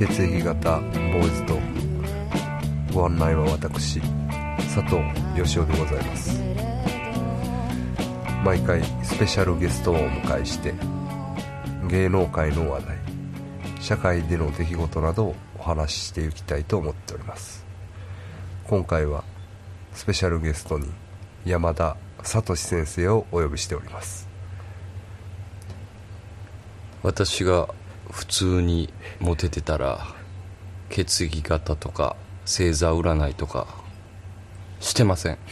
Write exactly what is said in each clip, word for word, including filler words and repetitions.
血液型ボーイズトーク、ご案内は私佐藤義雄でございます。毎回スペシャルゲストをお迎えして芸能界の話題、社会での出来事などをお話ししていきたいと思っております。今回はスペシャルゲストに山田聡先生をお呼びしております。 私が普通にモテてたら血液型とか星座占いとかしてません。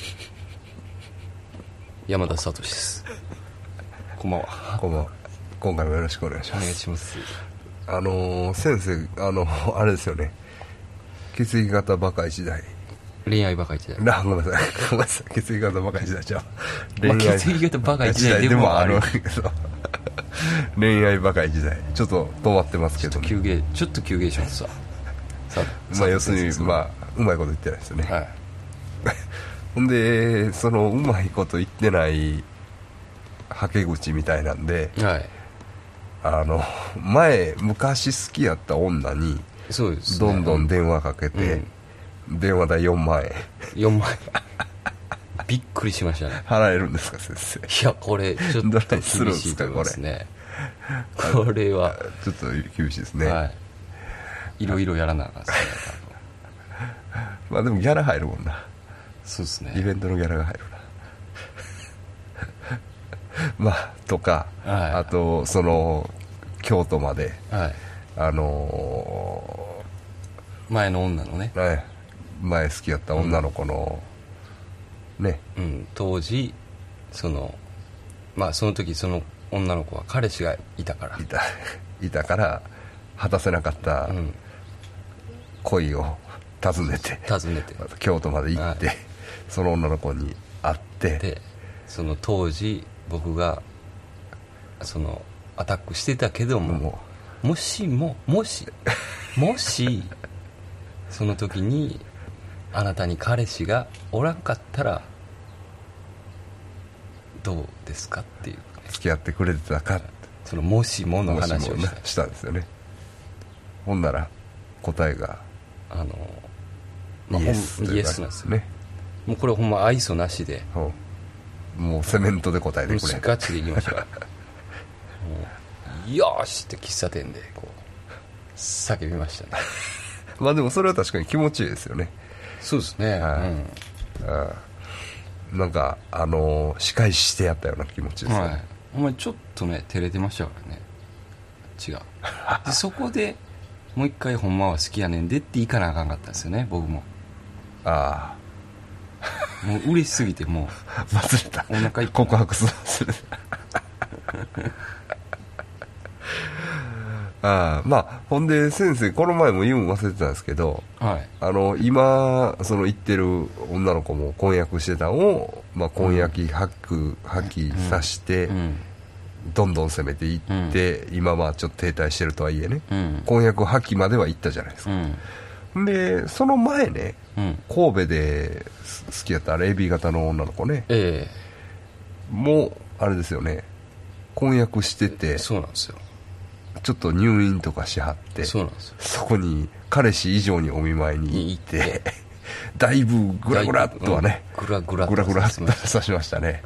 山田聡です。こんばんは。 こんばんは。今回もよろしくお願いします。 お願いします。 あのー、先生、あのあれですよね、血液型バカ時代、 恋愛バカ時代、 なごめんなさいごめんなさい血液型バカ時代じゃ恋愛、まあ、血液型バカ時代でもあるけど恋愛バカ時代ちょっと止まってますけど、ね、 ちょっと休憩ちょっと休憩しますわ。 まあ要するに、まあ、うまいこと言ってないですよね、はい、ほんでそのうまいこと言ってないはけ口みたいなんで、はい、あの前昔好きやった女にそうです、ね、 どんどん電話かけて、うん、電話代よんまんえんよんまんえんびっくりしましたね。 払えるんですか先生。 いやこれちょっと厳しいと思いますね。これはちょっと厳しいですね、はい、 いろいろやらなあかんですね。 まあでもギャラ入るもんな。 そうですね、 イベントのギャラが入るなまあとか、はい、あとその京都まで、はい、あのー、前の女のね、 前好きやった女の子の、うんね、 うん、当時そのまあその時その女の子は彼氏がいたからいたいたから果たせなかった恋を訪ねて、 訪ねて京都まで行って、はい、その女の子に会ってでその当時僕がそのアタックしてたけども、も, もしももしもしその時にあなたに彼氏がおらんかったらどうですかっていう、ね、 付き合ってくれてたか、 そのもしもの話を し, た, したんですよね。ほんなら答えがあの、まあ、イエスイエスなんですよね。 もうこれほんま愛想なしで、 もうセメントで答えてくれ、 ガチでいきましたもうよーしって喫茶店でこう叫びましたねまあでもそれは確かに気持ちいいですよね。 そうですね、はい、 うんうん、なんかあのー、仕返ししてやったような気持ちですよね、はい、 お前ちょっとね照れてましたからね。違うでそこでもう一回ほんまは好きやねんでって言いかなあかんかったんですよね、僕も。ああもう嬉しすぎてもう忘れた、 お腹いっ告白するああ、まあほんで先生この前も言うん忘れてたんですけど、はい、あの今その言ってる女の子も婚約してたのを、まあ、婚約破棄、破棄させて、うんうん、どんどん攻めていって、うん、今はちょっと停滞してるとはいえね、うん、婚約破棄までは行ったじゃないですか、うん、でその前ね、うん、神戸で好きやったあれ エービー 型の女の子ね、えー、もうあれですよね、婚約してて、 そうなんですよ、 ちょっと入院とかしはって、 そうなんですよ、 そこに彼氏以上にお見舞いに行ってだいぶグラグラっとはね、 グラグラグラグラっとさしましたね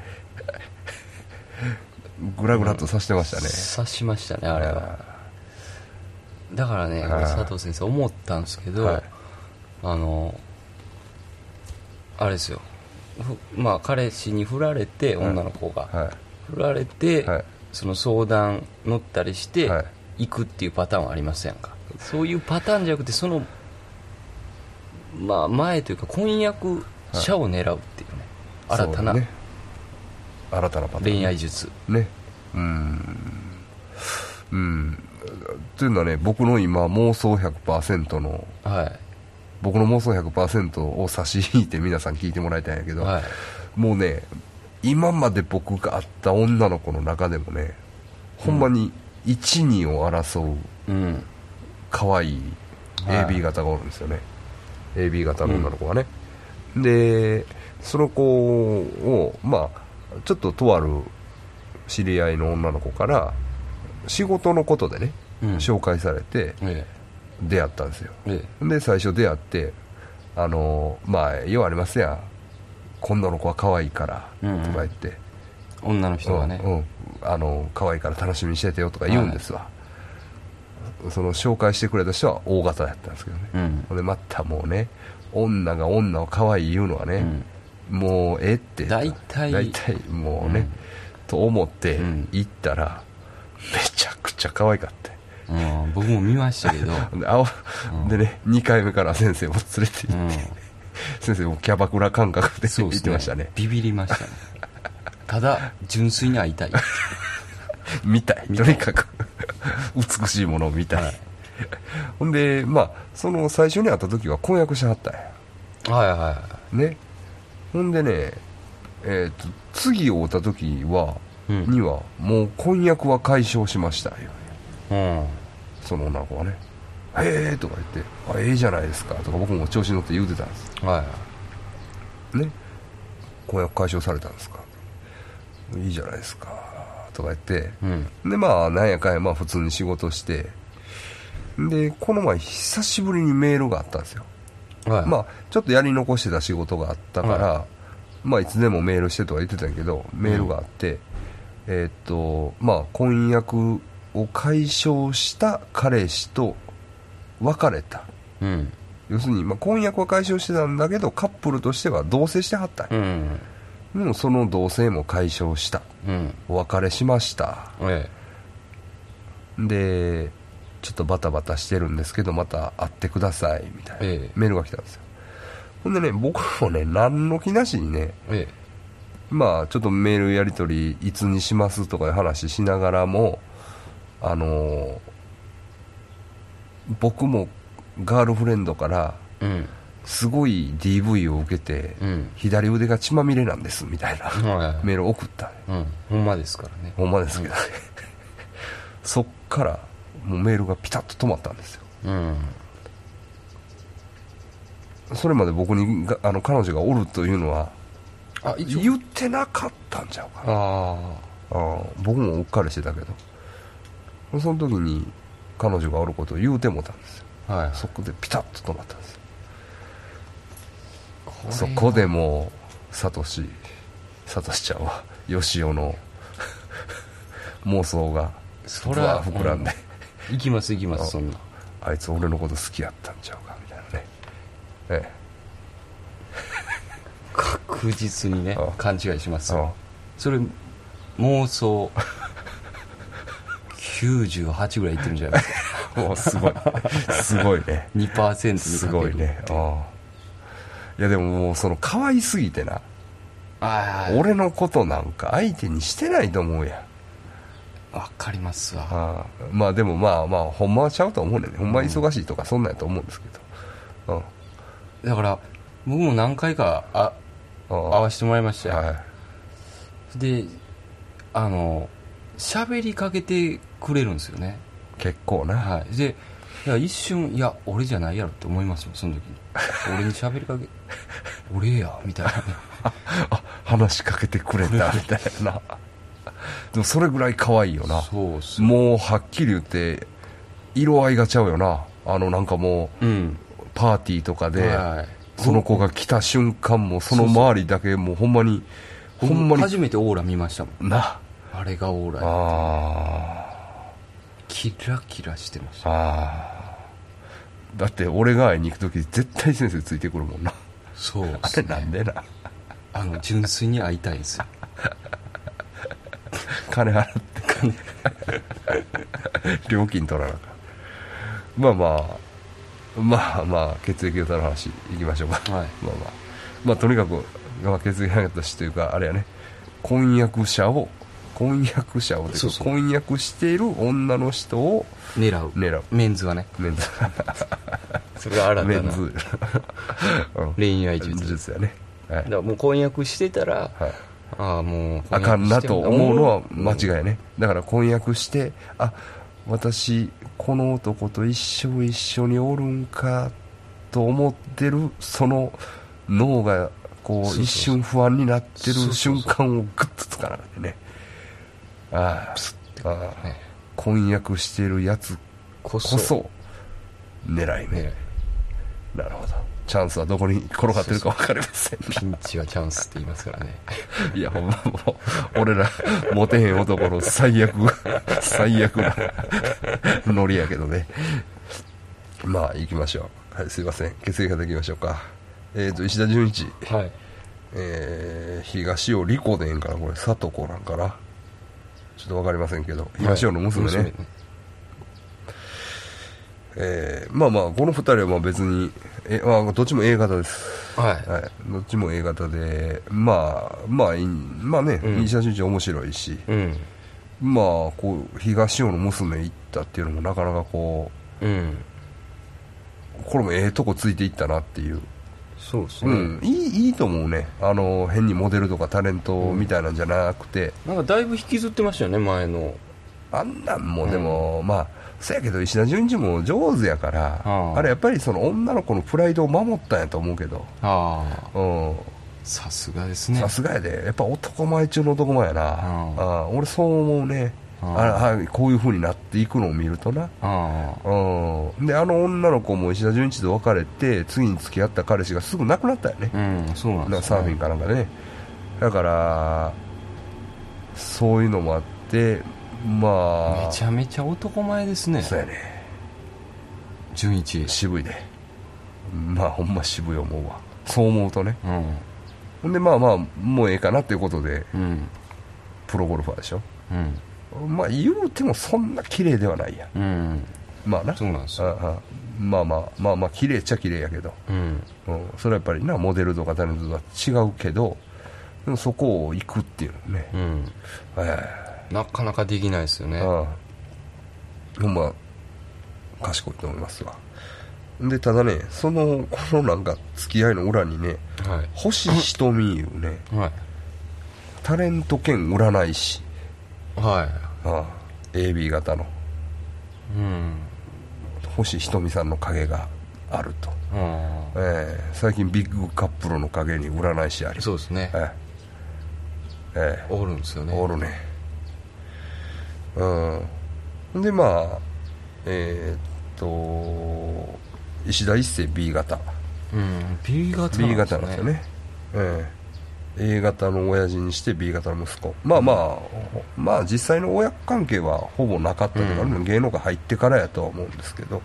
グラグラっとさしてましたね、うん、 さしましたねあれは。だからね佐藤先生思ったんですけど、はい、あのあれですよ、まあ彼氏に振られて、女の子が、はい、振られて、はい、その相談乗ったりして、はい、行くっていうパターンはありませんか。そういうパターンじゃなくて、その、まあ、前というか婚約者を狙うっていうね、はい、新たな、ね、 新たなパターン、 恋愛術ね、うーんうんというのはね、僕の今妄想 ひゃくパーセント の、はい、僕の妄想 ひゃくパーセント を差し引いて皆さん聞いてもらいたいんやけど、はい、もうね今まで僕が会った女の子の中でもね、ほんまにいち、にを争う可愛い エービー 型がおるんですよね、はい、エービー 型の女の子がね、うん、でその子をまあちょっととある知り合いの女の子から仕事のことでね、うん、紹介されて、ええ、 出会ったんですよ、 ええ、 で最初出会ってあのまあようありますやん、今度の子は可愛いからとか言って、 うんうん、女の人がね、 うんうん、あの可愛いから楽しみにしててよとか言うんですわ、はい、その紹介してくれた人は大型やったんですけどね、うん、でまたもうね、女が女を可愛い言うのはね、うん、もうえって大体大体もうね、うん、と思って行ったら、うん、めちゃくちゃ可愛かった、 うん、僕も見ましたけどで, あ、うん、でねにかいめから先生も連れて行って、うん、先生もキャバクラ感覚で行ってましたね、ね、 ビビりましたねただ純粋に会いたい見たい、とにかく美しいものを見たい、はい、ほんでまあその最初に会った時は婚約してはったんや、 はいはいはいね、ほんでね、えー、と次会った時は、うん、にはもう婚約は解消しましたよ、うん、その女の子はね、へえとか言って、あ、ええじゃないですかとか僕も調子に乗って言うてたんです、はい、ね、婚約解消されたんですか、いいじゃないですかとか言って、うん、でまあなんやかんやまあ普通に仕事して、でこの前久しぶりにメールがあったんですよ、はい、まあちょっとやり残してた仕事があったから、はい、まあいつでもメールしてとは言ってたんやけど、メールがあって、うん、えー、っとまあ婚約を解消した彼氏と別れた、うん、要するに、まあ、婚約は解消してたんだけどカップルとしては同棲してはったんや、うん、もうその同棲も解消した、うん、お別れしました、ええ、でちょっとバタバタしてるんですけどまた会ってくださいみたいな、ええ、メールが来たんですよ。ほんでね、僕もね何の気なしにね、ええ、まあちょっとメールやり取りいつにしますとかいう話しながらも、あのー、僕もガールフレンドからすごい ディーブイ を受けて、うん、左腕が血まみれなんですみたいな、うん、メールを送った、 うん、ほんまですからね、 ほんまですけどね、うん、そっからもうメールがピタッと止まったんですよ、うん、それまで僕にがあの彼女がおるというのはあ言ってなかったんちゃうかな、ああ僕もうっかりしてたけど、その時に彼女がおることを言うてもたんですよ、はい、そこでピタッと止まったんですよ。そこでもうサトシサトシちゃんはヨシオの妄想がそれは膨らんで、 うん、行きます行きます、そんなあいつ俺のこと好きやったんちゃうかみたいなね、ええ、 確実にね勘違いしますよ。それ妄想きゅうじゅうはちぐらいいってるんじゃないですかもうすごいすごいねにパーセント にかけるすごいね。あいやでももうその可愛すぎてな、あ俺のことなんか相手にしてないと思うやん。わかりますわ。 あまあでもまあまあほんまはちゃうと思うねんね、ほんま忙しいとかそんなんやと思うんですけど、うん、 だから僕も何回かあ会わせてもらいましたよ、はい、であの喋りかけてくれるんですよね結構な、 はい、でいや一瞬いや俺じゃないやろって思いますよその時に俺に喋りかけ俺やみたいなあ話しかけてくれたみたいなでもそれぐらい可愛いよな。そうそうもうはっきり言って色合いがちゃうよな。あのなんかもう、うん、パーティーとかで、はい、その子が来た瞬間もその周りだけもうほんまにほんまに初めてオーラ見ましたもんな。 あれがオーラやあキラキラしてました。あだって俺が会いに行くとき絶対先生ついてくるもんな。 そう、ね、 あれなんでなあの純粋に会いたいんですよ金払って料金取らなかまあまあまあまあ血液型の話いきましょうか、はい、まあまあまあとにかく、まあ、血液型というかあれやね婚約者を婚約者をそうそう婚約している女の人を狙う狙うメンズはねメンズそれが新たなメンズ、 うん、恋愛術術やね、はい、 だからもう婚約してたら、はい、ああもうあかんなと思うのは間違いやね。だから婚約してあ私この男と一生一緒におるんかと思ってるその脳がこう一瞬不安になってる瞬間をグッとつかなくてねああ、ね、婚約しているやつこそ狙い目、ね、なるほど。チャンスはどこに転がってるか分かりません。 ピンチはチャンスって言いますからね。 いやほんまもう俺らモテへん男の最悪最悪なノリやけどね。まあ行きましょう。はい、すいません、血液型いきましょうか。えーと石田純一、 はい、 えー、東尾莉子でええんかな、これ里子なんかな、ちょっと分かりませんけど、東尾の娘ね、はい、娘ね。えー、まあまあこのふたりはまあ別にえ、まあ、どっちも A 型です、 はいはい、どっちも A 型で、まあまあいい、まあね、うん、石田純一面白いし、うん、まあこう東尾の娘行ったっていうのもなかなかこう、うん、これもええとこついていったなっていう。 そうですね、 うん、いい、いいと思うね。あの変にモデルとかタレントみたいなんじゃなくて、 うん、なんかだいぶ引きずってましたよね、前のあんなんも。でも、うん、まあそやけど石田純一も上手やから、あ, あれやっぱりその女の子のプライドを守ったんやと思うけど、あ、うん、 さすがですね。 さすがやで、やっぱ男前中の男前やな、ああ、俺そう思うね。ああ、こういう風になっていくのを見るとな、あ、うん、であの女の子も石田純一と別れて次に付き合った彼氏がすぐ亡くなったよね、 うん、そうなんですね、 なんかサーフィンかなんかね。だからそういうのもあって、まあめちゃめちゃ男前ですね。 そうやね、 純一渋いで、まあほんま渋い思うわ、そう思うとね、うん、ほんでまあまあもうええかなっていうことで、うん、プロゴルファーでしょ、うん、まあ言うてもそんな綺麗ではないや、うん、まあな、 そうなんですよ。 ああ、まあまあまあまあ綺麗っちゃ綺麗やけど、うんうん、それはやっぱりなモデルとかタレントとは違うけど、でもそこを行くっていうのね、うん、 えーなかなかできないですよね。 ああ、ほんま賢いと思いますわ。でただね、そのこのなんか付き合いの裏にね、はい、星ひとみいうね、はい、タレント兼占い師、はい、ああ エービー 型の、うん、星ひとみさんの影があると、えー、最近ビッグカップルの影に占い師あり、 そうですね、えーえー、おるんですよね、 おるね。うん、でまあえー、っと石田一世 B 型、 うん、B 型なんですね。 B 型なんですよね、えー、A 型の親父にして B 型の息子、まあまあ、うん、まあ実際の親子関係はほぼなかったとか、うん、芸能界入ってからやとは思うんですけど、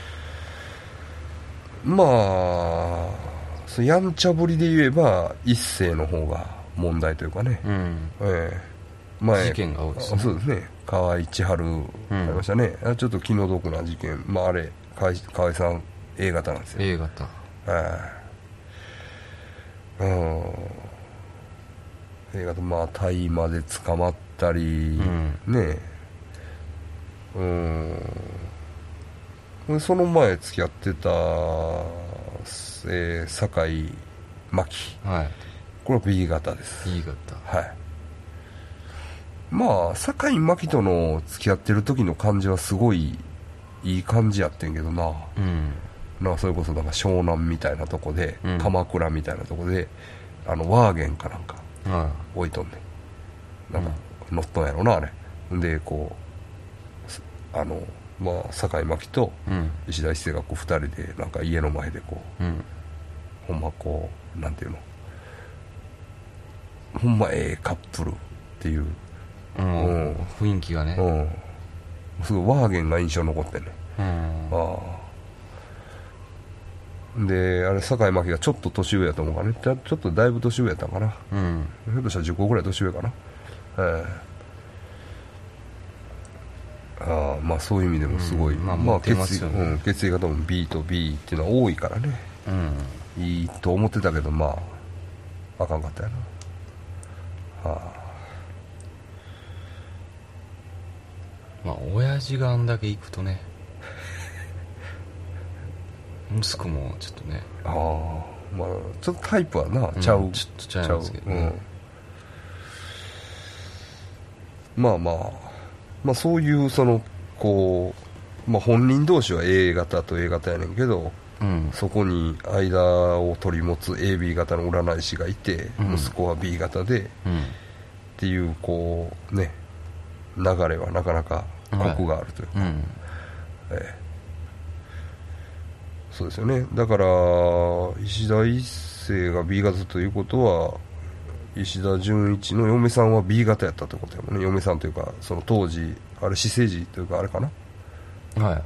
まあそやんちゃぶりで言えば一世の方が問題というかね、うん、えー、前事件が多いですね。 そうですね、河合千春ありましたね、うん、ちょっと気の毒な事件、まああれ河合、河合さん A 型なんですよ。 A 型、 えー、うん、A 型、まあ大麻で捕まったり、うん、ねえ、うん、その前付き合ってた、えー、酒井真紀、はい、これは B 型です。 B 型、はい。 まあ酒井真紀との付き合ってる時の感じはすごいいい感じやってんけどな、うん、なんかそれこそなんか湘南みたいなとこで、うん、鎌倉みたいなとこであのワーゲンかなんか置いとんねん、なんか乗っとんやろなあれで、こうあのまあ酒井真紀と石田一世がこうふたりでなんか家の前でこう、うん、ほんまこうなんていうの、ほんまええカップルっていう、 うん、雰囲気がね、 うん、すごいワーゲンが印象に残ってんね、うん、ああであれ酒井真紀がちょっと年上やと思うからね、ちょっとだいぶ年上やったんかな、うん、ひょっとしたらじゅっこぐらい年上かな、えー、あまあそういう意味でもすごい、うん、まあ、まあ、血液、うん、血液型も B と B っていうのは多いからね、うん、いいと思ってたけどまああかんかったやな、はあ、 まあ親父があんだけ行くとね息子もちょっとね、 ああ、まあちょっとタイプはな、うん、ちゃう、 ちょっとちゃうんですけど、ね、 うん、まあまあまあそういうそのこう、まあ、本人同士は A 型と A 型やねんけど、うん、そこに間を取り持つ エービー 型の占い師がいて、うん、息子は B 型で、うん、っていうこうね流れはなかなかコクがあるというか、はい、うん、えそうですよね。だから石田一世が B 型ということは石田純一の嫁さんは B 型やったってことやもんね。嫁さんというかその当時あれ私生児というかあれかな、 はい、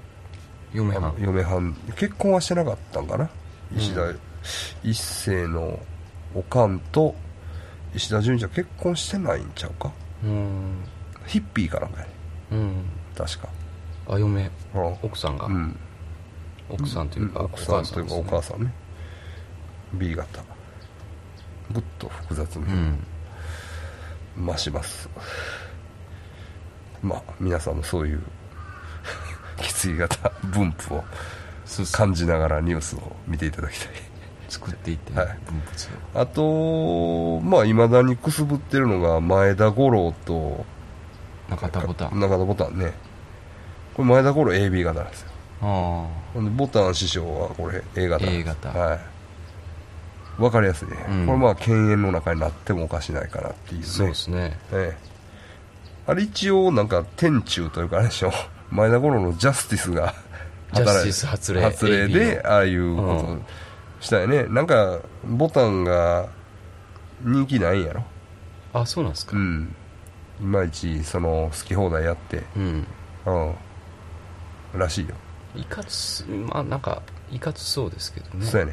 嫁はん嫁はん結婚はしてなかったんかな、うん、石田一世のおかんと石田純一は結婚してないんちゃうか。うんヒッピーかなんかやね、うん、確か。 あ嫁、うん、奥さんが、うん、奥さんというか、 うん、奥さんというかお母さんね B 型ぐっと複雑に、うん、増します。まあ皆さんもそういう血液型分布を感じながらニュースを見ていただきたい。 作っていって、ね、はい、分布をあとまあいまだにくすぶってるのが前田五郎と中田ボタン中田ボタンね。これ前田五郎 エービー 型なんですよ。ああボタン師匠はこれ A 型 A 型、 はい、分かりやすいね、うん、これまあ犬猿の中になってもおかしないかなっていうね。 そうですね、 ええ、あれ一応なんか天中というかあれでしょ前田五郎のジャスティスがジャスティス発令発令でああいうことしたよね、うん、なんかボタンが人気ないんやろ。 あそうなんですか。 うんいまいちその好き放題やってうんうんらしいよ。 いかつまあなんかいかつそうですけどね。 そうやね。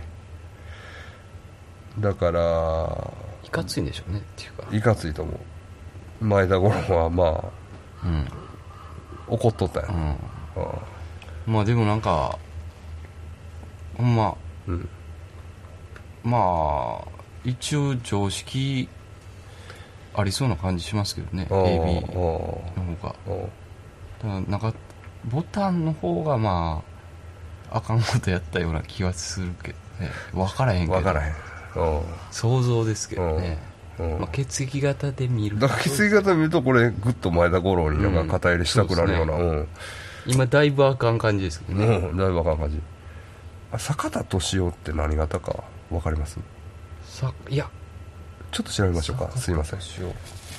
だからいかついんでしょうねっていうかいかついと思う。前田五郎はまあ、うん、怒っとったやん、うんうん、まあでもなんかほんま、うん、まあ一応常識ありそうな感じしますけどね エービー の方が。だからなんかボタンの方がまああかんことやったような気はするけどね。分からへんけど分からへん想像ですけどね、まあ、血液型で見るだから血液型で見るとこれグッと前田五郎になんか肩入れしたくなるような、うんうねうん、今だいぶあかん感じですけどね、 うん、だいぶあかん感じ。坂田敏夫って何型か分かります？ さいやちょっと調べましょうか。すいません、うん、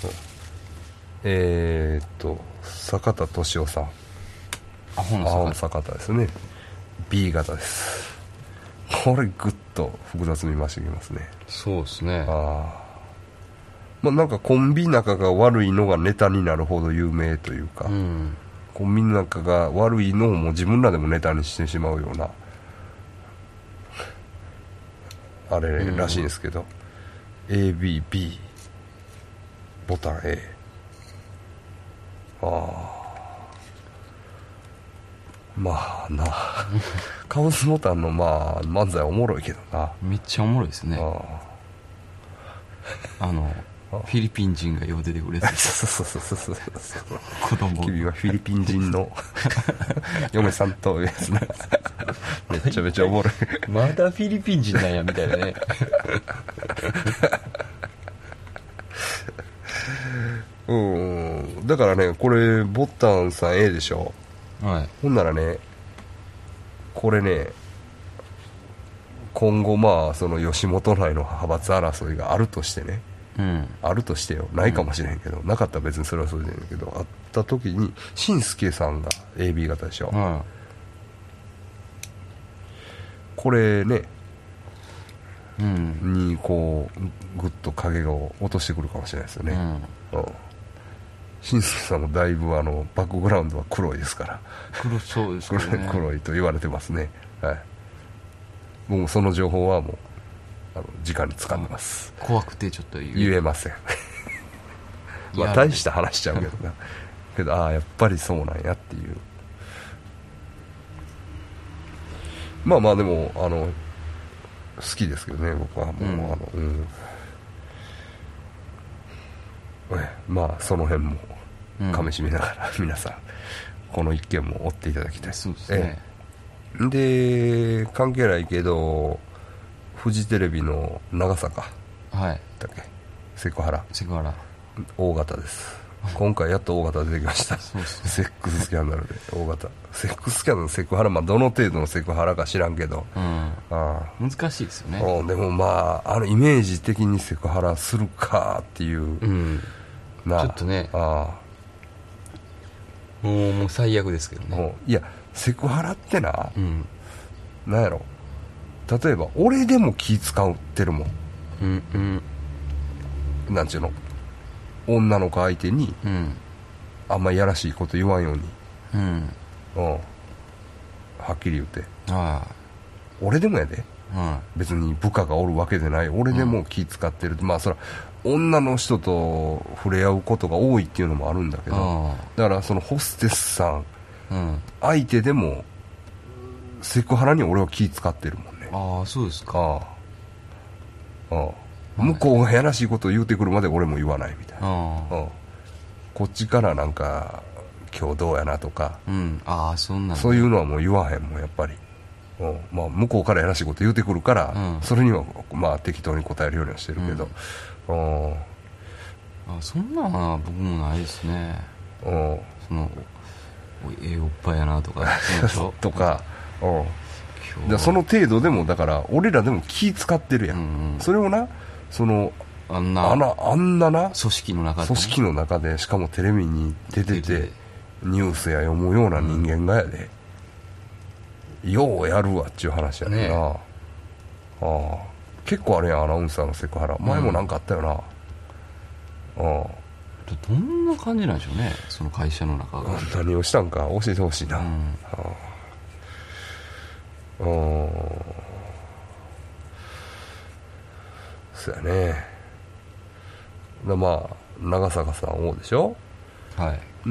えー、っと坂田敏夫さんアホの坂田ですね。 B 型です。これグッと複雑に増してきますね。 そうですね。 あまあなんかコンビ仲が悪いのがネタになるほど有名というか、うん、コンビ仲が悪いのをもう自分らでもネタにしてしまうようなあれらしいんですけど、うん、エービービー ボタン A ああまあなカオスボタンのまあ漫才おもろいけどな。 めっちゃおもろいですね。ああのフィリピン人がよう出てくれてそうそうそうそうそう子供君はフィリピン人の嫁さんというやつなめちゃめちゃおもろいまだフィリピン人なんやみたいなねうんだからねこれボタンさん A でしょ。はい、ほんならねこれね今後まあその吉本内の派閥争いがあるとしてね、うん、あるとしてよないかもしれへんけど、うん、なかったら別にそれはそれでいいんだけどあった時に紳助さんが エービー 型でしょ、うん、これね、うん、にこうグッと影を落としてくるかもしれないですよね、うんうん新助さんもだいぶあのバックグラウンドは黒いですから黒そうですね黒いと言われてますね、はい、僕もその情報はもうあの直に掴んでます。 怖くてちょっと言え, 言えませんまあ大した話しちゃうけどなけどああやっぱりそうなんやっていうまあまあでもあの好きですけどね僕はもう、うん、あのうんまあその辺もかみしめながら、うん、皆さんこの一件も追っていただきたい。 そうですね。 で関係ないけどフジテレビの長坂はいだっけセクハラセクハラ大型です今回やっと大型出てきましたそうです、ね、 セックススキャンダルで大型セックススキャンダルのセクハラ、まあ、どの程度のセクハラか知らんけど、うん、 あ難しいですよね。 でもまああのイメージ的にセクハラするかっていう、うんなちょっとねあもうもう最悪ですけどね。 いやセクハラってな、うん、なんやろ例えば俺でも気使ってるもん、 うんうん、 なんちゅうの、女の子相手に、 うん、 あんまやらしいこと言わんように、 うん、 うん、はっきり言って、 はい、 俺でもやで、 はい、 別に部下がおるわけでない、俺でも気使ってる、うん、まあそら女の人と触れ合うことが多いっていうのもあるんだけど、だからそのホステスさん、うん、相手でもセクハラに俺は気使ってるもんね。 ああ、そうですか。 ああ、ああ、向こうがやらしいことを言うてくるまで俺も言わないみたいな。ああ、こっちからなんか今日どうやなとか、 うん、ああ、そんな、 そういうのはもう言わへんもんやっぱり。うん、まあ向こうからやらしいこと言うてくるから、うん、それにはまあ適当に答えるようにはしてるけど、うん、 ああ、そんなは僕もないですね。うん、そのええおっぱいやなとかとか、うん、だその程度でもだから俺らでも気使ってるやん、うんうん、それをな、そのあんなあなあんなな組織の中で、 組織の中でしかもテレビに出ててニュースや読むような人間がやで、うん、ようやるわっちゅう話やねんな、ね、ああ、結構あれやん、アナウンサーのセクハラ前もなんかあったよな、うん、ああ、 どんな感じなんでしょうね、その会社の中が。 何をしたんか教えてほしいな、うん、ああ、そうやね。でまあ長坂さん王でしょ、 はい、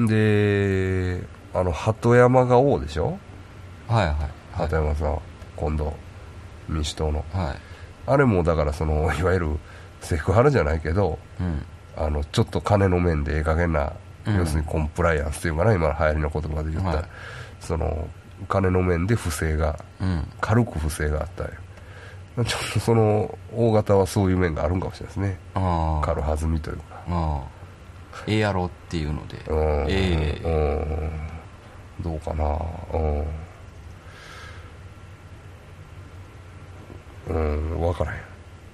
であの鳩山が王でしょ、 はいはい、 鳩山さん今度民主党の、 はい、 あれもだからそのいわゆるセクハラじゃないけど、うん、あのちょっと金の面でええ加減な、うん、要するにコンプライアンスっていうかな、今の流行りの言葉で言ったら、はい、その金の面で不正が、うん、軽く不正があったよ。ちょっとその大型はそういう面があるんかもしれないですね、あ軽はずみというか、 あええやろっていうので、うん、 ええー、どうかな、うん、うん、分からへん、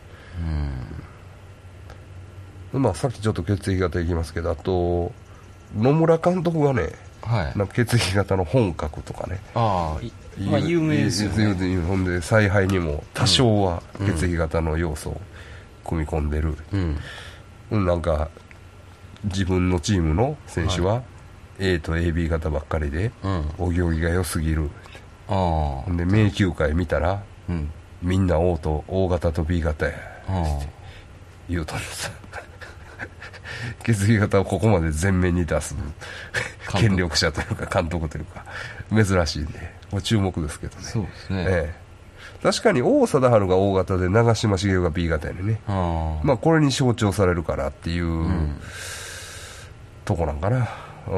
うん、まあさっきちょっと血液型いきますけど、あと野村監督がね、はい、なんか血液型の本格とかね、ああ、 まあ、有名ですよね。 ほんで采配にも多少は血液型の要素を組み込んでる、うんうん、なんか自分のチームの選手は A と エービー 型ばっかりで、うん、お行儀が良すぎる、あで名球会見たら、うん、みんな O と O 型と B 型やって言うとんです血液型をここまで前面に出す権力者というか監督というか珍しいんで、これ注目ですけどね。 そうですね、 ええ、確かに王貞治が O 型で長嶋茂雄が B 型やね、あ、まあこれに象徴されるからっていう、うん、とこなんかな、うん、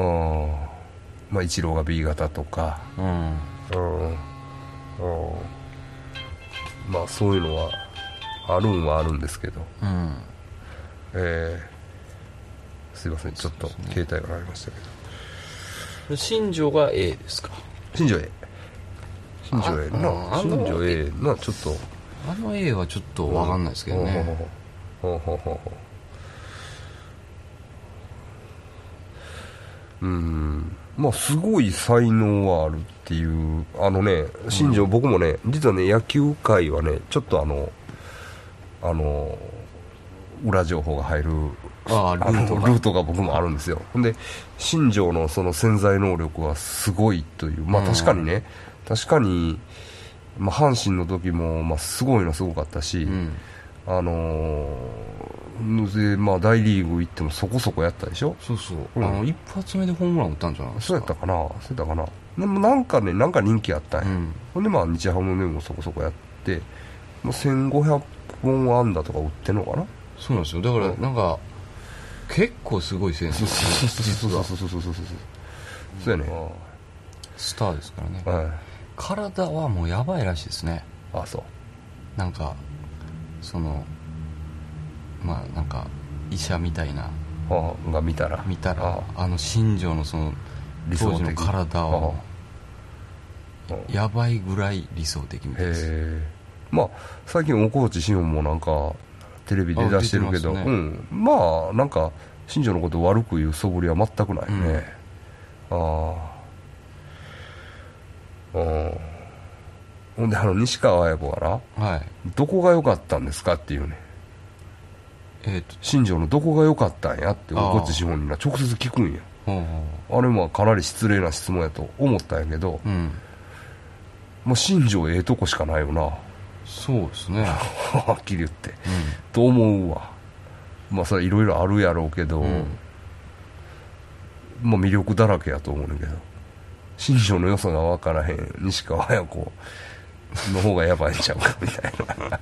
まあイチローが B 型とか、うんうんうん、まあそういうのはあるんはあるんですけど、うん、えー、すいません、ちょっと携帯が鳴りましたけど、新庄が A ですか。 新庄 A、 新庄 A な、新庄 A な、ちょっとあの A はちょっと分かんないですけどね、ほうほうほうほう、うん、まあすごい才能はあるっていう、あのね、新庄、うん、僕もね、実はね、野球界はね、ちょっとあのあの裏情報が入るああルートがルートが僕もあるんですよ。ほんで新庄のその潜在能力はすごいという、まあ確かにね、うん、確かに、まあ、阪神の時も、まあ、すごいのはすごかったし、うん、あのー、でまあ大リーグ行ってもそこそこやったでしょ。 そうそう、うん、あの一発目でホームラン打ったんじゃないですか。 そうやったかな、そうやったかな。でもなんかね、なんか人気あったんや、うん、ほんでまあ日ハムでもそこそこやって、まあ、せんごひゃっぽん安打とか打ってんのかな。 そうなんですよ、だからなんか、うん、結構すごい選手です、 実はそうそうそうそうそうそうやね、 スターですからね、はい、体はもうやばいらしいですね。 ああ、そう、 なんかそのまあなんか医者みたいなが見たら見たら あ, あの新庄のその当時の体はやばいぐらい理想的みたいです。 へ、まあ最近大河内新聞もなんかテレビで出してるけど、ね、うん、まあなんか新庄のことを悪く言う素振りは全くないね、うん、ああ、うん、 ほんであの西川綾子がな、はい、どこが良かったんですかっていうね、えー、と新庄のどこが良かったんやって大越資本にな直接聞くんや。あれもかなり失礼な質問やと思ったんやけど、うん、もう新庄ええとこしかないよな。 そうですねはっきり言って、うん、と思うわ。まあそれいろいろあるやろうけど、うん、まあ魅力だらけやと思うんだけど、新庄の良さが分からへん西川綾子の方がやばいんちゃうかみたい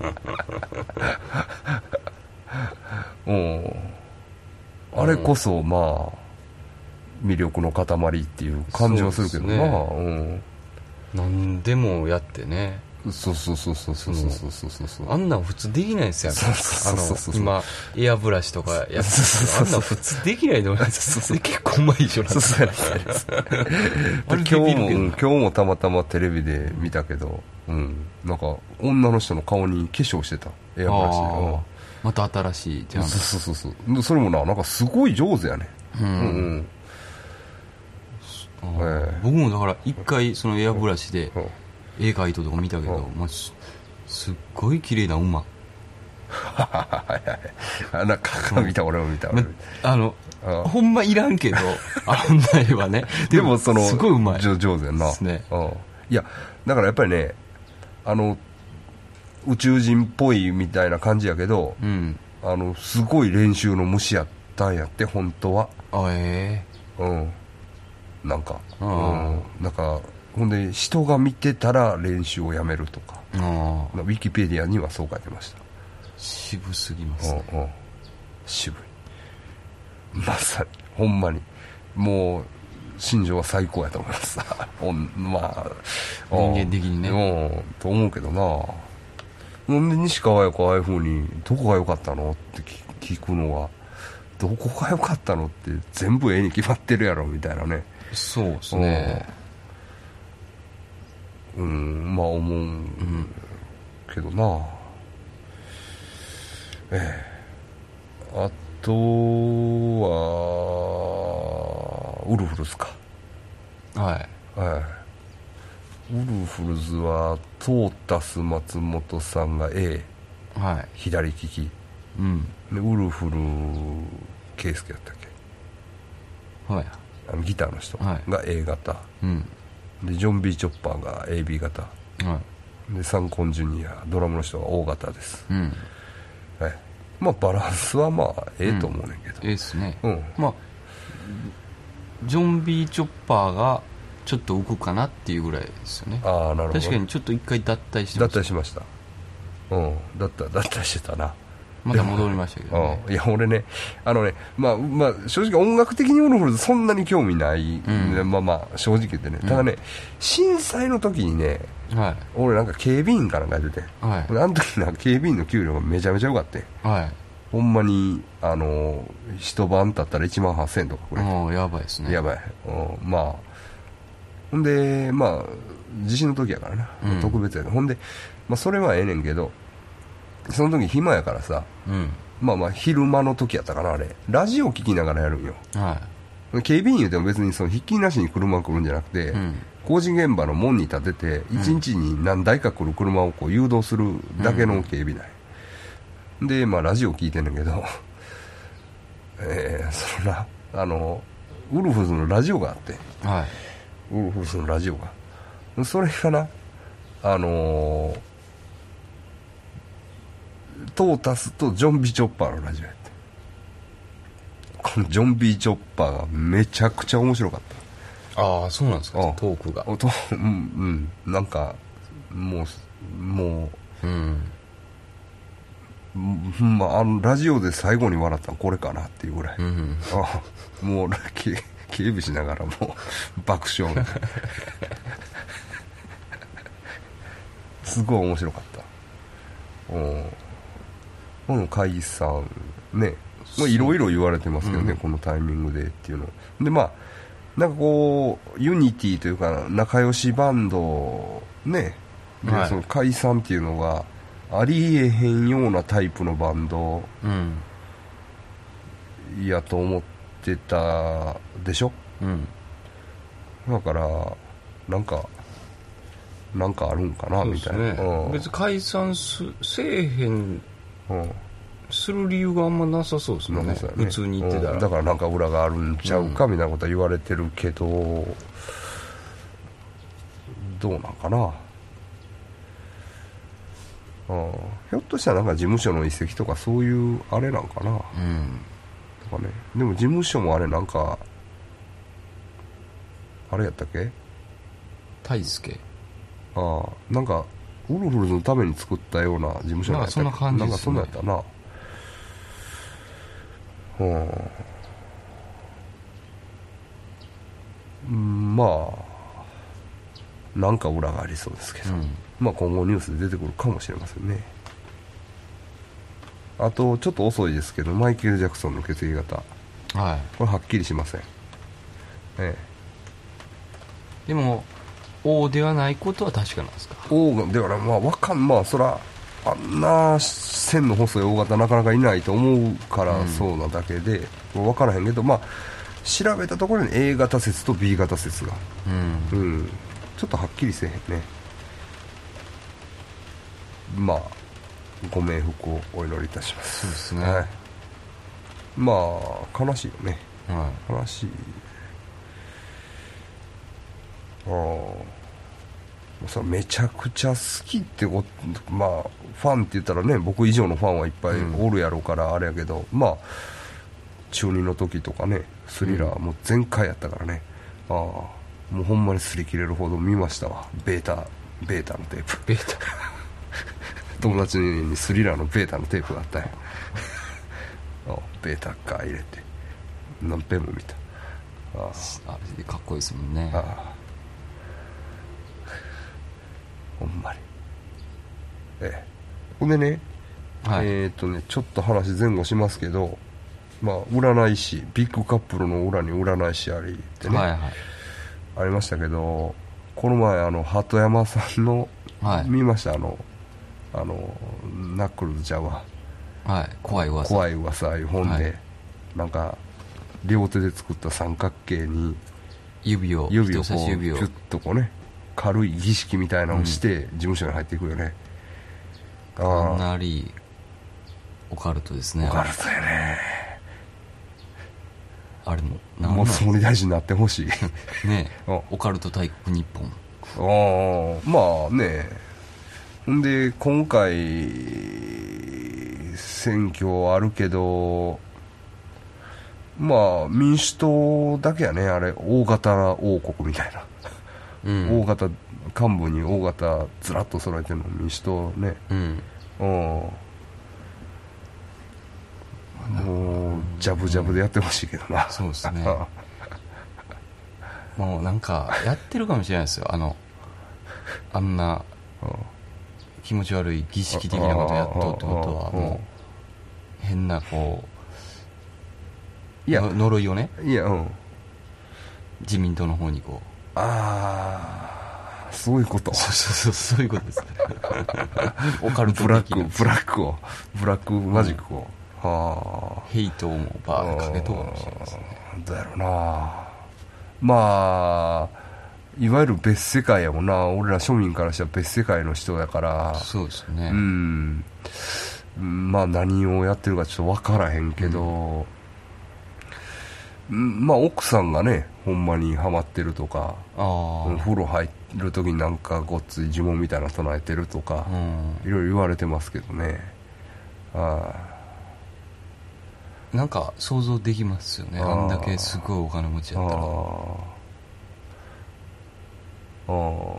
なうんあれこそまあ魅力の塊っていう感じはするけどな、ね、 うん、何でもやってね。 そうそうそうそうそうそうそうそうそう、 あんなん普通できないですよ。あの今エアブラシとかやってるけど、あんなん普通できないと思いますよ。結構うまいでしょ。そうそう今日も今日もたまたまテレビで見たけど、うん、なんか女の人の顔に化粧してたエアブラシで、 また新しいじゃん。 そうそうそうそう、それもななんかすごい上手やね。うん、うんうんえー、僕もだから一回そのエアブラシで絵描いととか見たけど、まあ、す, すっごい綺麗な馬なんか見た俺も見た、 ま、あのあほんまいらんけどあんな絵はねでもそのすごいうまい上手やんな、ね、うん、いやだからやっぱりねあの宇宙人っぽいみたいな感じやけど、うん、あのすごい練習の虫やったんやって本当は。 あええー、うんなんか、うん、なんかほんで人が見てたら練習をやめるとか、あウィキペディアにはそう書いてました。 渋すぎますね、 うんうん、渋いまさにほんまにもう新庄は最高やと思いますまあ人間的にね、 うん、と思うけどな。なんで西川綾子ああいう風にどこが良かったのって聞くのはどこが良かったのって全部絵に決まってるやろみたいなね。 そうですね、 うん、うん、まあ思うけどな、うん、ええあとはウルフルズか。 はい、 はい、ウルフルズはトータス松本さんが A、はい、左利き、うん、でウルフル圭介やったっけ、はい、あのギターの人が A 型、はい、うん、でジョン・ビー・チョッパーが エービー 型、はい、でサンコンジュニアドラムの人が O 型です、うん、はい、まあバランスはまあええと思うねんけど、 ええっすね、うん、まあジョン・ビー・チョッパーがちょっと浮くかなっていうぐらいですよね。 ああなるほど。 確かにちょっと一回脱退してました。 脱退しました。うん脱退脱退してたな。 また戻りましたけどね、 うん、いや俺ねあのね、まあまあ、正直音楽的にウルフルズそんなに興味ない、うん、まあまあ正直言ってね、ただね、うん、震災の時にね、はい、俺なんか警備員かなんかやってて、はい、あの時なんか警備員の給料がめちゃめちゃ良かった、はい、ほんまにあの一晩経ったらいちまんはっせんえんとかくれて、 やばいですね。 やばい、うん、まあほんでまあ地震の時やからな、うん、特別やね。ほんで、まあ、それはええねんけどその時暇やからさ、うん、まあまあ昼間の時やったかな、あれラジオ聞きながらやるんよ、はい、警備員言うても別にそのひっきりなしに車来るんじゃなくて、うん、工事現場の門に立てていちにちに何台か来る車をこう誘導するだけの警備内、うん、でまあラジオ聞いてんだけどえー、そのなあのウルフズのラジオがあって、はい、ウルフズのラジオがそれがなあのートータスとジョン・ビー・チョッパーのラジオやって、このジョン・ビー・チョッパーがめちゃくちゃ面白かった。 ああそうなんですか、トークが。 とうんうんなんかもうもううんまあ、あのラジオで最後に笑ったのこれかなっていうぐらい、うんうん、あもう警備しながらもう爆笑すごい面白かった。うんこの解散ねいろいろ言われてますけどね、うん、このタイミングでっていうので、まあなんかこうユニティというか仲良しバンドねで、はい、その解散っていうのがありえへんようなタイプのバンド、うん、やと思ってたでしょ、うん、だからなんかなんかあるんかなみたいな、 ね、うん、別に解散すせえへん、うん、する理由があんまなさそうですもん ね, ね普通に言ってたら、うん、 だからなんか裏があるんちゃうかみたいなことは言われてるけど、うん、どうなんかな、うん、ひょっとしたらなんか事務所の移籍とかそういうあれなんかな、うん、とかね。でも事務所もあれなんかあれやったっけ、 大輔、 ああ、なんかウルフルズのために作ったような事務所なんやったっけ、 なんかそんな感じですね、 なんかそんなんやったな、うん、まあなんか裏がありそうですけど、うん、まあ今後ニュースで出てくるかもしれませんね。あとちょっと遅いですけどマイケル・ジャクソンの血液型、はい、これはっきりしません、ええ、 でも O ではないことは確かなんですか。 O ではない、まあわかんまあそらあんな線の細い O 型なかなかいないと思うからそうなだけで、うん、分からへんけど、まあ調べたところに A 型説と B 型説が、うんうん、ちょっとはっきりせえへんね。まあご冥福をお祈りいたします。 そうですね、 はい、まあ悲しいよね、はい、悲しい。ああ、それめちゃくちゃ好きってこと、まあファンって言ったらね僕以上のファンはいっぱいおるやろうからあれやけど、うん、まあ中にの時とかねスリラーもう全開やったからね、うん、ああもうほんまに擦り切れるほど見ましたわ。ベータベータのテープ、 ベータ友達にスリラーのベータのテープがあったんやあベータか入れて何遍も見た。 ああれかっこいいですもんね。ああほんまに、ええ、ほんでね、はい、えー、っとねちょっと話前後しますけど、まあ占い師ビッグカップルの裏に占い師ありってね、はいはい、ありましたけど、この前あの鳩山さんの、はい、見ました、あのあのナックルズちゃうわ、 はい、怖い噂怖い噂いう本で、はい、なんか両手で作った三角形に指を指をこうピュッとこうね軽い儀式みたいなのをして事務所に入っていくよね、 うん、かなりオカルトですね。 オカルトやね。 あれももう総理大臣になってほしいねえオカルト大国日本。 ああまあね。ほんで今回選挙あるけどまあ民主党だけやねあれ大型王国みたいな、うん、大型幹部に大型ずらっと揃えてるの民主党ね、うん、もうジャブジャブでやってほしいけどな、 うん、そうですねもうなんかやってるかもしれないですよ、あのあんな気持ち悪い儀式的なことやっとうってことはもう変なこういや呪いをね、 いや、うん、 自民党の方にこう、 ああそういうこと、 そうそうそうそういうことですねオカルト的なブラックブラックをブラックマジックを、うん、はあヘイトをもバーッかけとうかもしれないですね。 どうやろうな。まあいわゆる別世界やもんな、俺ら庶民からしたら別世界の人やから。 そうですね、 うん、まあ何をやってるかちょっと分からへんけど、うん、まあ奥さんがねほんまにハマってるとか、あ風呂入る時になんかごっつい呪文みたいなの唱えてるとか、いろいろ言われてますけどね。あなんか想像できますよね、 あ, あんだけすごいお金持ちやったら。ああ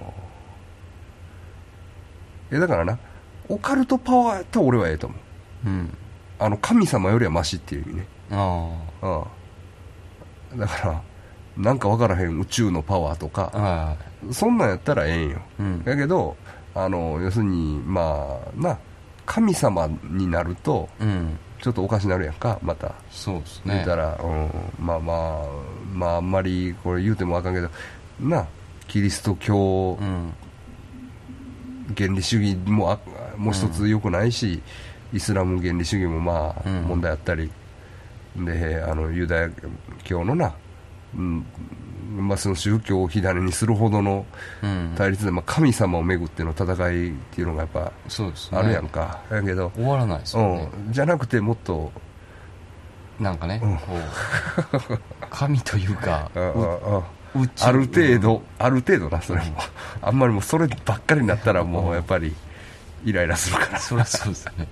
えだからなオカルトパワーやったら俺はええと思う、うん、あの神様よりはマシっていう意味ね。ああだからなんか分からへん宇宙のパワーとかそんなんやったらええんよ、うん、だけどあの要するにまあな神様になると、うん、ちょっとおかしになるやんかまた。 そうですね。 言ったら、うん、まあまあまああんまりこれ言うてもあかんけどなキリスト教、うん、原理主義もあもう一つ良くないし、うん、イスラム原理主義もまあ問題あったり、うん、であのユダヤ教のな、うん、 まあ、その宗教を火種にするほどの対立で、まあ、神様をめぐっての戦いっていうのがやっぱあるやんか。やけど終わらないですよね、 うん、じゃなくてもっとなんかね、うん、こう神というかああある程度、うん、ある程度な、それも、うん、あんまりもうそればっかりになったらもうやっぱりイライラするから、 そりゃそうですね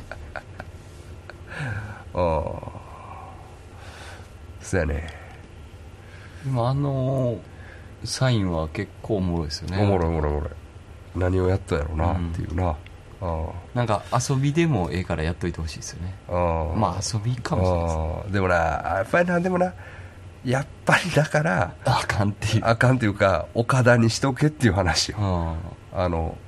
ああそうやね。 でもあのサインは結構おもろいですよね。 おもろいおもろいおもろい。何をやったやろうなっていうな、うん、ああなんか遊びでもええからやっといてほしいですよね。あまあ遊びかもしれないです、 あでもなやっぱりなでもなやっぱりだからあかんっていうあかんっていうか岡田にしとけっていう話よ。ああの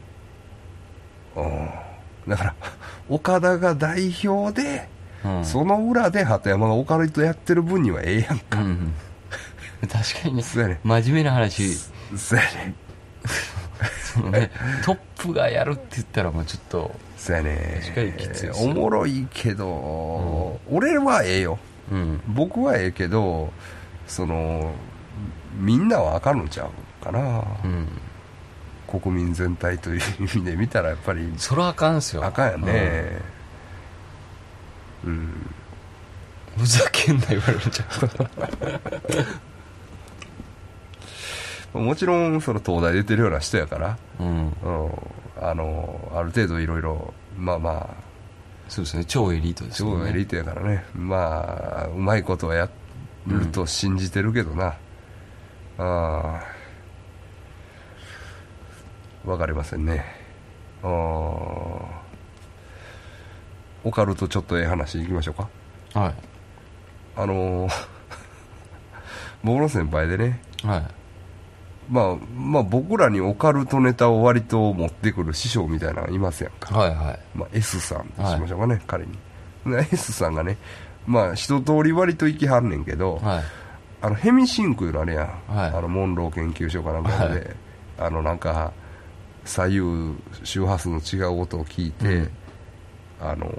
だから岡田が代表で、うん、その裏で鳩山が岡田とやってる分にはええやんか、うん、 確かにね。 そうやね、 真面目な話そうやねそのねトップがやるって言ったらもうちょっとそうやね確かにきついですよ。おもろいけど、うん、俺はええよ、うん、僕はええけどそのみんなはあかんのちゃうかな、うん、国民全体という意味で見たらやっぱりそれはあかんすよ。 あかんやね、うん、うん、 ふざけんな言われるんちゃうもちろんその東大出てるような人やから、うんうん、あのある程度いろいろまあまあそうですね、超エリートですね。 超エリートやからね、まあうまいことはやると信じてるけどな、うん、あ分かりませんね。あオカルトちょっとええ話いきましょうか。はい。あの僕の先輩でね、はい、まあまあ僕らにオカルトネタを割と持ってくる師匠みたいなのいますやんか、はいはい、まあ、S さんとしましょうかね、はい、彼に S さんがね、まあ一通り割と行きはんねんけど、はい、あのヘミシンクいうのあれやん、はい、あのモンロー研究所かなんかで、はい、あのなんか左右周波数の違う音を聞いて、うん、あの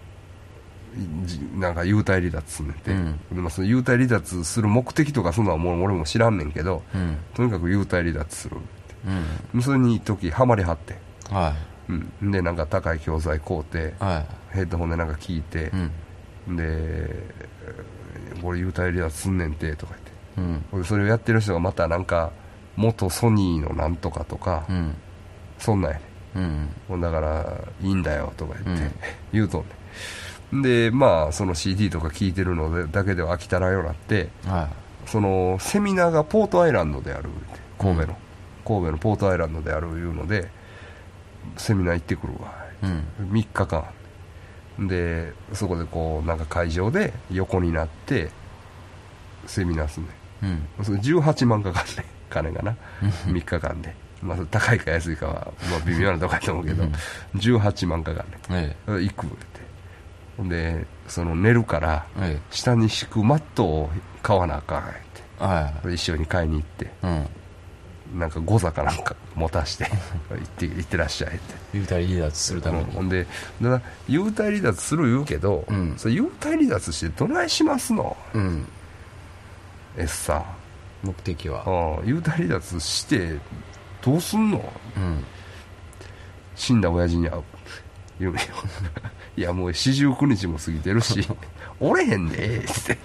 なんか幽体離脱すんねんて、うん、その幽体離脱する目的とかそんなのも俺も知らんねんけど、うん、とにかく幽体離脱するって、うん、それに一時ハマりはって、はい、うん、でなんか高い教材買うて、はい、ヘッドホンでなんか聞いて、うん、でこれ幽体離脱すんねんてとか言って、うん、それをやってる人がまたなんか元ソニーのなんとかとか、うん、そんなんやね、うん、だからいいんだよとか言って、うん、言うとんねんで、まあその シーディー とか聞いてるのでだけでは飽きたらんようになって、はい、そのセミナーがポートアイランドである、神戸の、うん、神戸のポートアイランドであるいうのでセミナー行ってくるわ、うん、みっかかんでそこでこうなんか会場で横になってセミナーすんねん、うん、それじゅうはちまんかかんねん金がなみっかかんで、まあ、高いか安いかは、まあ、微妙なとこやと思うけど、うん、じゅうはちまんかかんねん、ええ、行くってでその寝るから下に敷くマットを買わなあかんって、はい、一緒に買いに行って、うん、なんかゴザかなんか持たして行って行ってらっしゃいって幽体離脱するために、 ほんでだ幽体離脱する言うけど、うん、それ幽体離脱してどないしますの、うん、S さん目的は、 うん、幽体離脱してどうすんの、うん、死んだ親父に会う夢よいやもう四十九日も過ぎてるしおれへんでって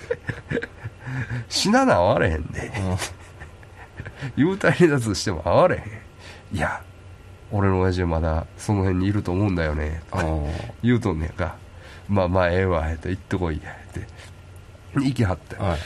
死なな会われへんで幽体離脱しても会われへん。いや俺の親父はまだその辺にいると思うんだよね言うとんねんか。まあまあええわって行ってこいやって行きはった、はい、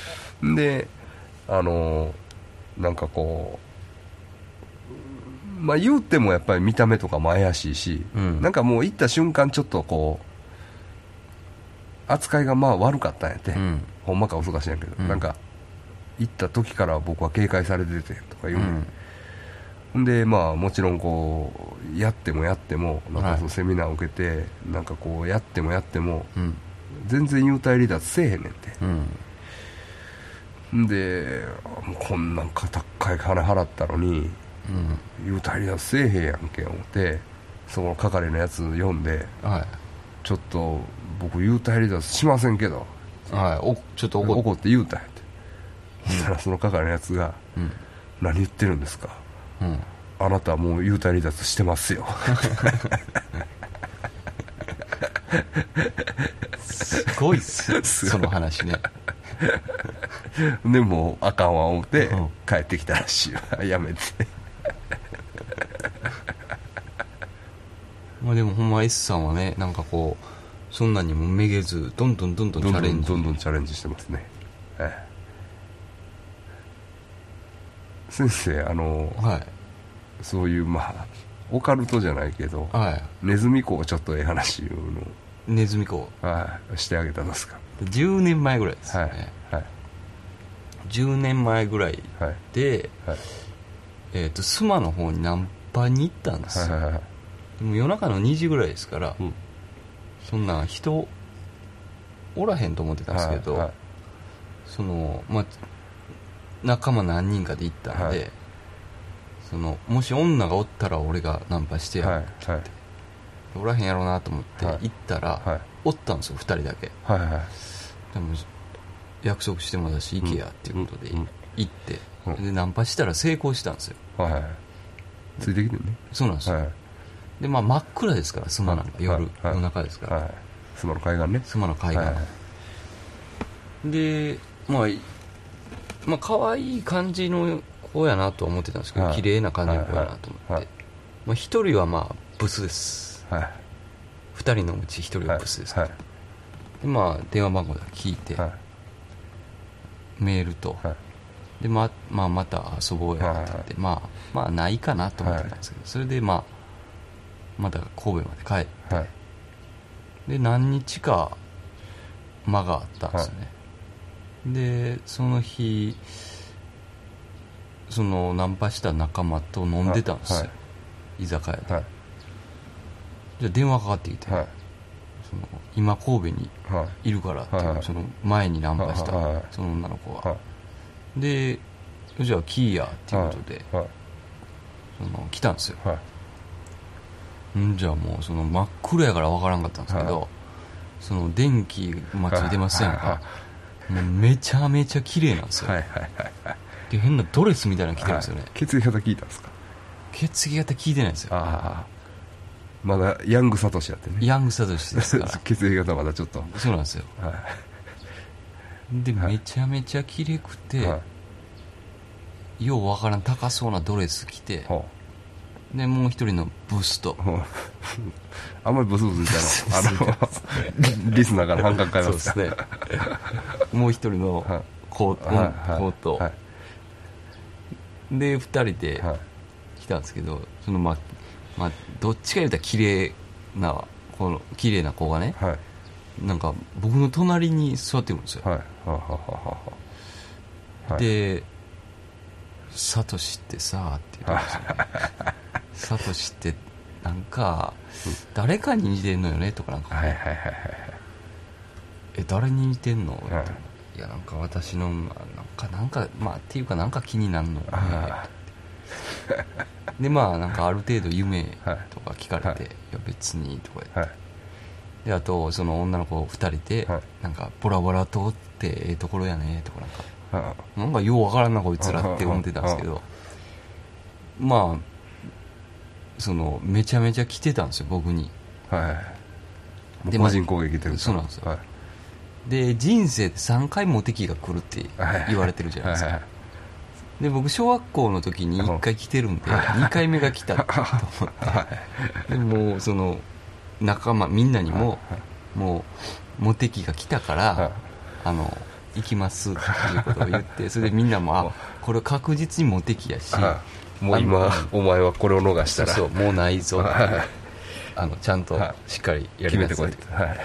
であのなんかこうまあ言うてもやっぱり見た目とかも怪しいし、うん、なんかもう行った瞬間ちょっとこう扱いがまあ悪かったんやって、うん、ほんまか嘘かしらんけど、うん、なんか行った時から僕は警戒されててとか言うね、うん、でまあもちろんこうやってもやってもなんかそのセミナーを受けて、はい、なんかこうやってもやっても、うん、全然幽体離脱せえへんねんて、うん、でもうこんなん高い金払ったのにうん、幽体離脱せえへんやんけ思ってその係のやつ読んで、はい、ちょっと僕幽体離脱しませんけど、 はい、おちょっと怒怒って言うたんやってそしたらその係のやつが、うん、何言ってるんですか、うん、あなたはもう幽体離脱してますよすごいっすその話ねでもあかんわ思って帰ってきたらしいわやめてまあでもほんま S さんはねなんかこうそんなにもめげずどんどんどんどんチャレンジどんどんどんどんチャレンジしてますね、ええ、先生あの、はい、そういうまあオカルトじゃないけど、はい、ネズミ講ちょっとええ話いうのネズミ講、 はい、してあげたんですか。 じゅうねんまえぐらいですね、はいはい、じゅうねんまえぐらいで、はいはい、えーと須磨の方にナンパに行ったんですよ、はいはいはい、でも夜中のにじぐらいですから、うん、そんな人おらへんと思ってたんですけど、はいはい、そのまあ仲間何人かで行ったんで、はい、そのもし女がおったら俺がナンパしてやるって言って、はいはい、おらへんやろうなと思って行ったら、はい、おったんですよふたりだけ、はいはい、でも約束してもだし行けやっていうことで行って、うんうん、でナンパしたら成功したんですよ、はいはい、 ついてきてるね。 そうなんですよ、はい、でまあ真っ暗ですから須磨なんか夜、はい、夜中ですから、はい、 須磨の海岸ね、 須磨の海岸、はいはい、でまあまあ可愛い感じの子やなとは思ってたんですけど、はい、綺麗な感じの子やなと思って、はいはい、まあ、ひとりはまあブスです、はい、ふたりのうちひとりはブスですから、はいはい、でまあ電話番号だけ聞いて、はい、メールと、はい、で ま, まあまた遊ぼうやって言って、はいはい、まあまあないかなと思ってたんですけど、はい、それでまあまた神戸まで帰って、はい、で何日か間があったんですよね、はい、でその日そのナンパした仲間と飲んでたんですよ、はい、居酒屋で、はい、じゃあ電話かかってきて、はい、その今神戸にいるからっていう、はい、その前にナンパしたその女の子が、はい、でじゃあ来いやっていうことで、はい、その来たんですよ、はい、んじゃあもうその真っ暗やから分からんかったんですけど、はい、その電気まあついてませんか、はい、もうめちゃめちゃ綺麗なんですよ、はいはいはいはい、で変なドレスみたいなの着てるんですよね、はい、 血液型聞いたんですか。 血液型聞いてないんですよ。ああ、 まだヤングサトシやってね。 ヤングサトシですから血液型まだちょっと。 そうなんですよ、はい、で、はい、めちゃめちゃ綺麗くて、はい、ようわからん高そうなドレス着て、はあ、でもう一人のブスと、はあ、あんまりブスブスみたいなあのリスナーから半角買いますか。そうですねもう一人のコート、はい、コート、はい、でふたりで来たんですけど、そのまあ、まあ、どっちか言うたら綺麗なこの綺麗な子がね、はい、なんか僕の隣に座ってるんですよ、はい、ははははでサトシってさって言うんですよねサトシってなんか誰かに似てんのよねとかなんか、はいはいはいはい、え誰に似てんの、はい、いやなんか私のなんかなんかまあっていうかなんか気になるのよねでまあなんかある程度夢とか聞かれて、はい、いや別にとか言って、はい、であとその女の子ふたりで、はい、なんかボラボラとってええところやねとかなんか、はい、なんかようわからんなこいつらって思ってたんですけど、まあそのめちゃめちゃ来てたんですよ僕に、はい、 で個人攻撃というか、 そうなんですよ、はい、で人生でさんかいモテ期が来るって言われてるじゃないですか、はいはいはい、で僕小学校の時にいっかい来てるんでにかいめが来たと思ってでもうその仲間みんなにももうモテ期が来たからあの行きますっていうことを言ってそれでみんなもあこれ確実にモテ期やしもう今お前はこれを逃したらそうそうもうないぞっていうあのちゃんとしっかりやりなさいって、はい、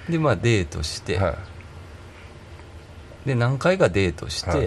でまあデートして、はい、で何回かデートして、はい、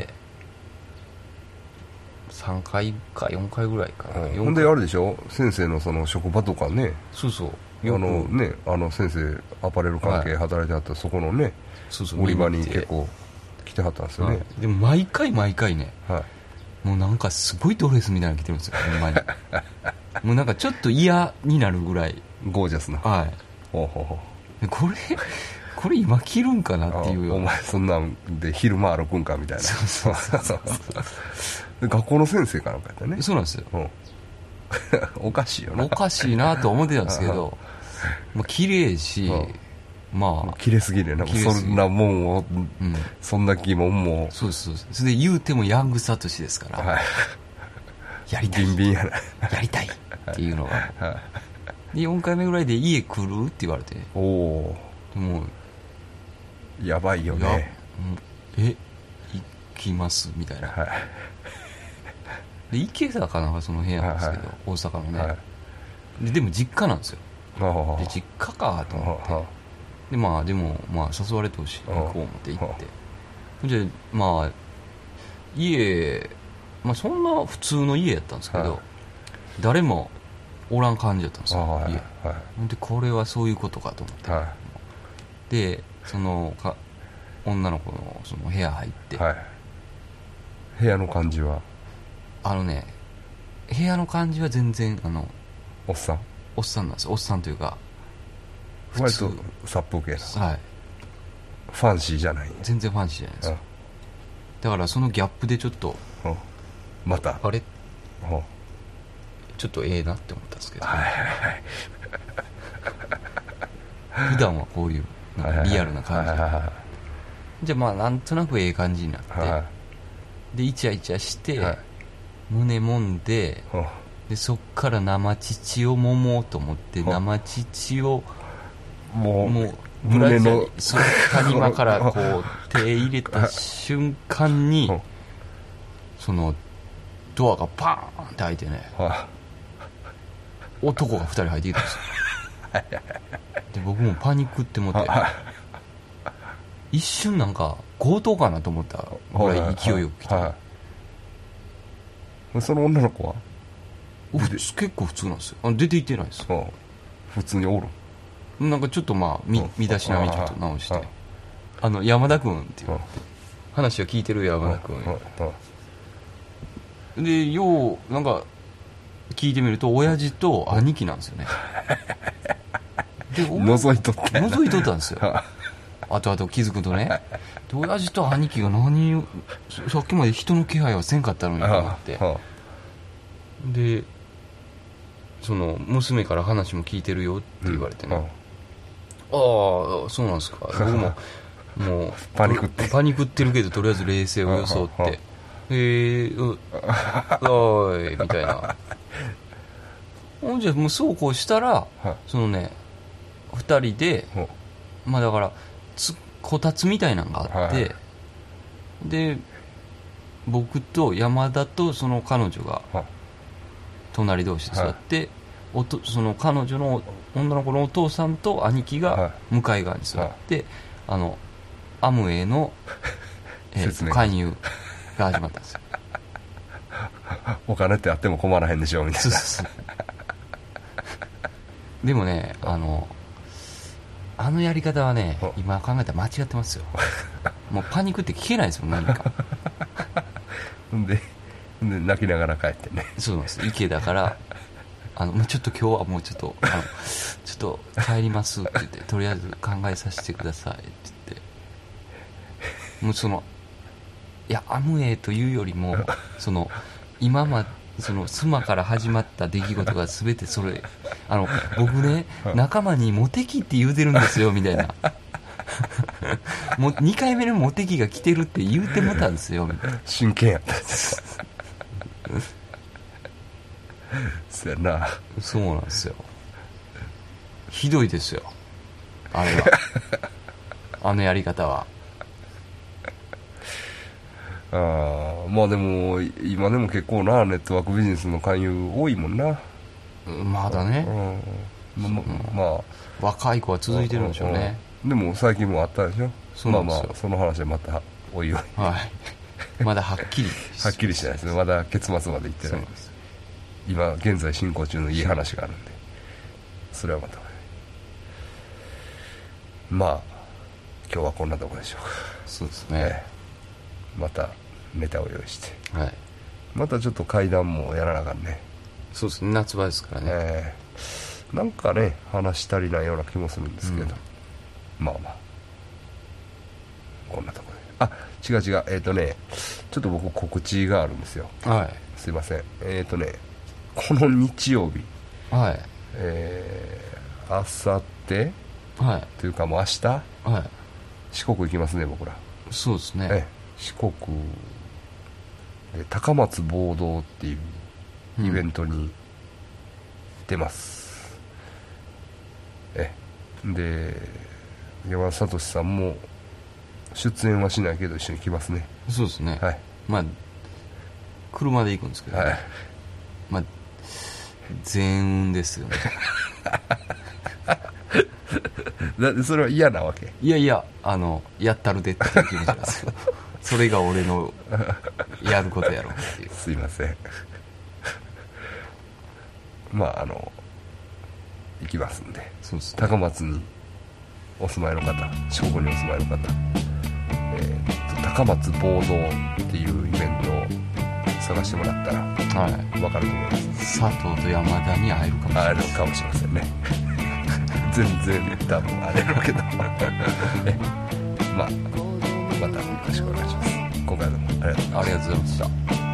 さんかいかよんかいぐらいかな、はい、 ほんであるでしょ先生のその職場とかねそうそうあのねあの先生アパレル関係働いてはった、はい、そこのねそうそう売り場に結構来てはったんですよね、はい、 でも毎回毎回ね、はい、もうなんかすごいドレスみたいなの着てるんですよほんまにもうなんかちょっと嫌になるぐらいゴージャスなはいほうほうほうこれこれ今着るんかなっていうような。 お前そんなんで昼間歩くんかみたいな。 そうそうそうで学校の先生かなんかやったね。 そうなんですよ、 うん、おかしいよな。 おかしいなと思ってたんですけどまあ綺麗し、まあ綺麗すぎるよな。そんなもんを、うん、そんな疑問も。 そうですそうです。それで言うてもヤングサトシですから、はい、やりたいビンビンやなやりたいっていうのが、はい、でよんかいめぐらいで家来るって言われて、 おおでもやばいよね。 え行きますみたいな、はい、で池田かなんかその部屋なんですけど、はい、大阪のね、はい、で, でも実家なんですよ。で実家かと思って、でまあでもまあ誘われてほしい行こう思って行って、じゃまあ家、まあ、そんな普通の家やったんですけど、はい、誰もおらん感じだったんですよ、はい、家、はい、でこれはそういうことかと思って、はい、でそのか女の子 の, その部屋入って、はい、 部屋の感じはあのね部屋の感じは全然あのおっさんおっさんなんです。おっさんというか割と殺風景な、はい、ファンシーじゃない。 全然ファンシーじゃないですよ。だからそのギャップでちょっとまたあれちょっとええなって思ったんですけど、はいはいはい、普段はこういうなんかリアルな感じで、はいはいはい、じゃあまあなんとなくええ感じになって、はい、でイチャイチャして、はい、胸もんで、でそっから生乳を揉もうと思って生乳をもうもうブラジャーにその谷間からこう手入れた瞬間にそのドアがパーンって開いてね、男がふたり入ってきたんですよ。で僕もパニックって思って一瞬なんか強盗かなと思ったぐらい勢いよく来た。 その女の子は結構普通なんですよ。あ出て行ってないです。 普通におる。 なんかちょっとまあ身だしなみちょっと直して、あの山田君っていう話を聞いてる山田君で、ようなんか聞いてみると親父と兄貴なんですよね。で覗いとった覗いとったんですよ。後々気づくとね、で親父と兄貴が何をさっきまで人の気配はせんかったのにと思って、でその娘から話も聞いてるよって言われてね、うん、ああそうなんですか。僕ももうパニクってパニクってるけどとりあえず冷静を装ってへえうおいみたいな。ほんじゃもうそうこうしたらそのねふたりでまあだからつこたつみたいなのがあって、で僕と山田とその彼女が隣同士で座って、はい、おとその彼女の女の子のお父さんと兄貴が向かい側に座って、はい、あのアムウェイの、えー、勧誘が始まったんですよ。 お金ってあっても困らへんでしょみたいな。そうそうそうでもねあのあのやり方はね今考えたら間違ってますよ。もうパニックって聞けないですもん何かでで泣きながら帰ってね。 そうなんです。池だからあのもうちょっと今日はもうちょっとあのちょっと帰りますって言ってとりあえず考えさせてくださいって言って、もうそのいやアムウェイというよりもその今まそのスマから始まった出来事が全てそれあの僕ね仲間にモテ期って言うてるんですよみたいなもうにかいめのモテ期が来てるって言うてもたんですよみたいな。 真剣やったそうやな。 そうなんですよ。ひどいですよあれはあのやり方は。 あまあでも今でも結構なネットワークビジネスの勧誘多いもんな。 まだね、 うんままあ若い子は続いてるんでしょうね。 でも最近もあったでしょ。そうなんですよ。まあまあその話はまたおいおい、 はい、まだはっきりはっきりしてないですね。まだ結末までいってないです。今現在進行中のいい話があるんでそれはまたまあ今日はこんなところでしょうか。 そうですね、えー、またネタを用意して、 はい、 またちょっと怪談もやらなあかんね。 そうですね夏場ですからね、 えー、なんかね話し足りないような気もするんですけど、うん、まあまあこんなところで、あ、違う違う、えっ、ー、とねちょっと僕告知があるんですよ。 はい。 すいません。えっ、ー、とねこの日曜日、 はい。 えー、あさって、 はい。 というかもう明日、はい、四国行きますね僕ら。 そうですね。 え四国で高松暴動っていうイベントに出ます、うん、えで山田聡さんも出演はしないけど一緒に来ますね。 そうですね。 はい。まあ車で行くんですけど、ね、はい、まあ全運ですよね。 だってそれは嫌なわけ？ いやいや、あのやったるでっていう気持ちなんですよ。それが俺のやることやろうっていう。 すいません。まああの行きますんで。 そうですね。 高松にお住まいの方、四国にお住まいの方、えー、と高松暴動っていうイベントを探してもらったら、はい、分かると思います。 佐藤と山田に会えるかもしれない。 会えるかもしれませんね。全然多分会えるけどえまあまたよろしくお願いします。今回どうもありがとうございました。 ありがとうございました。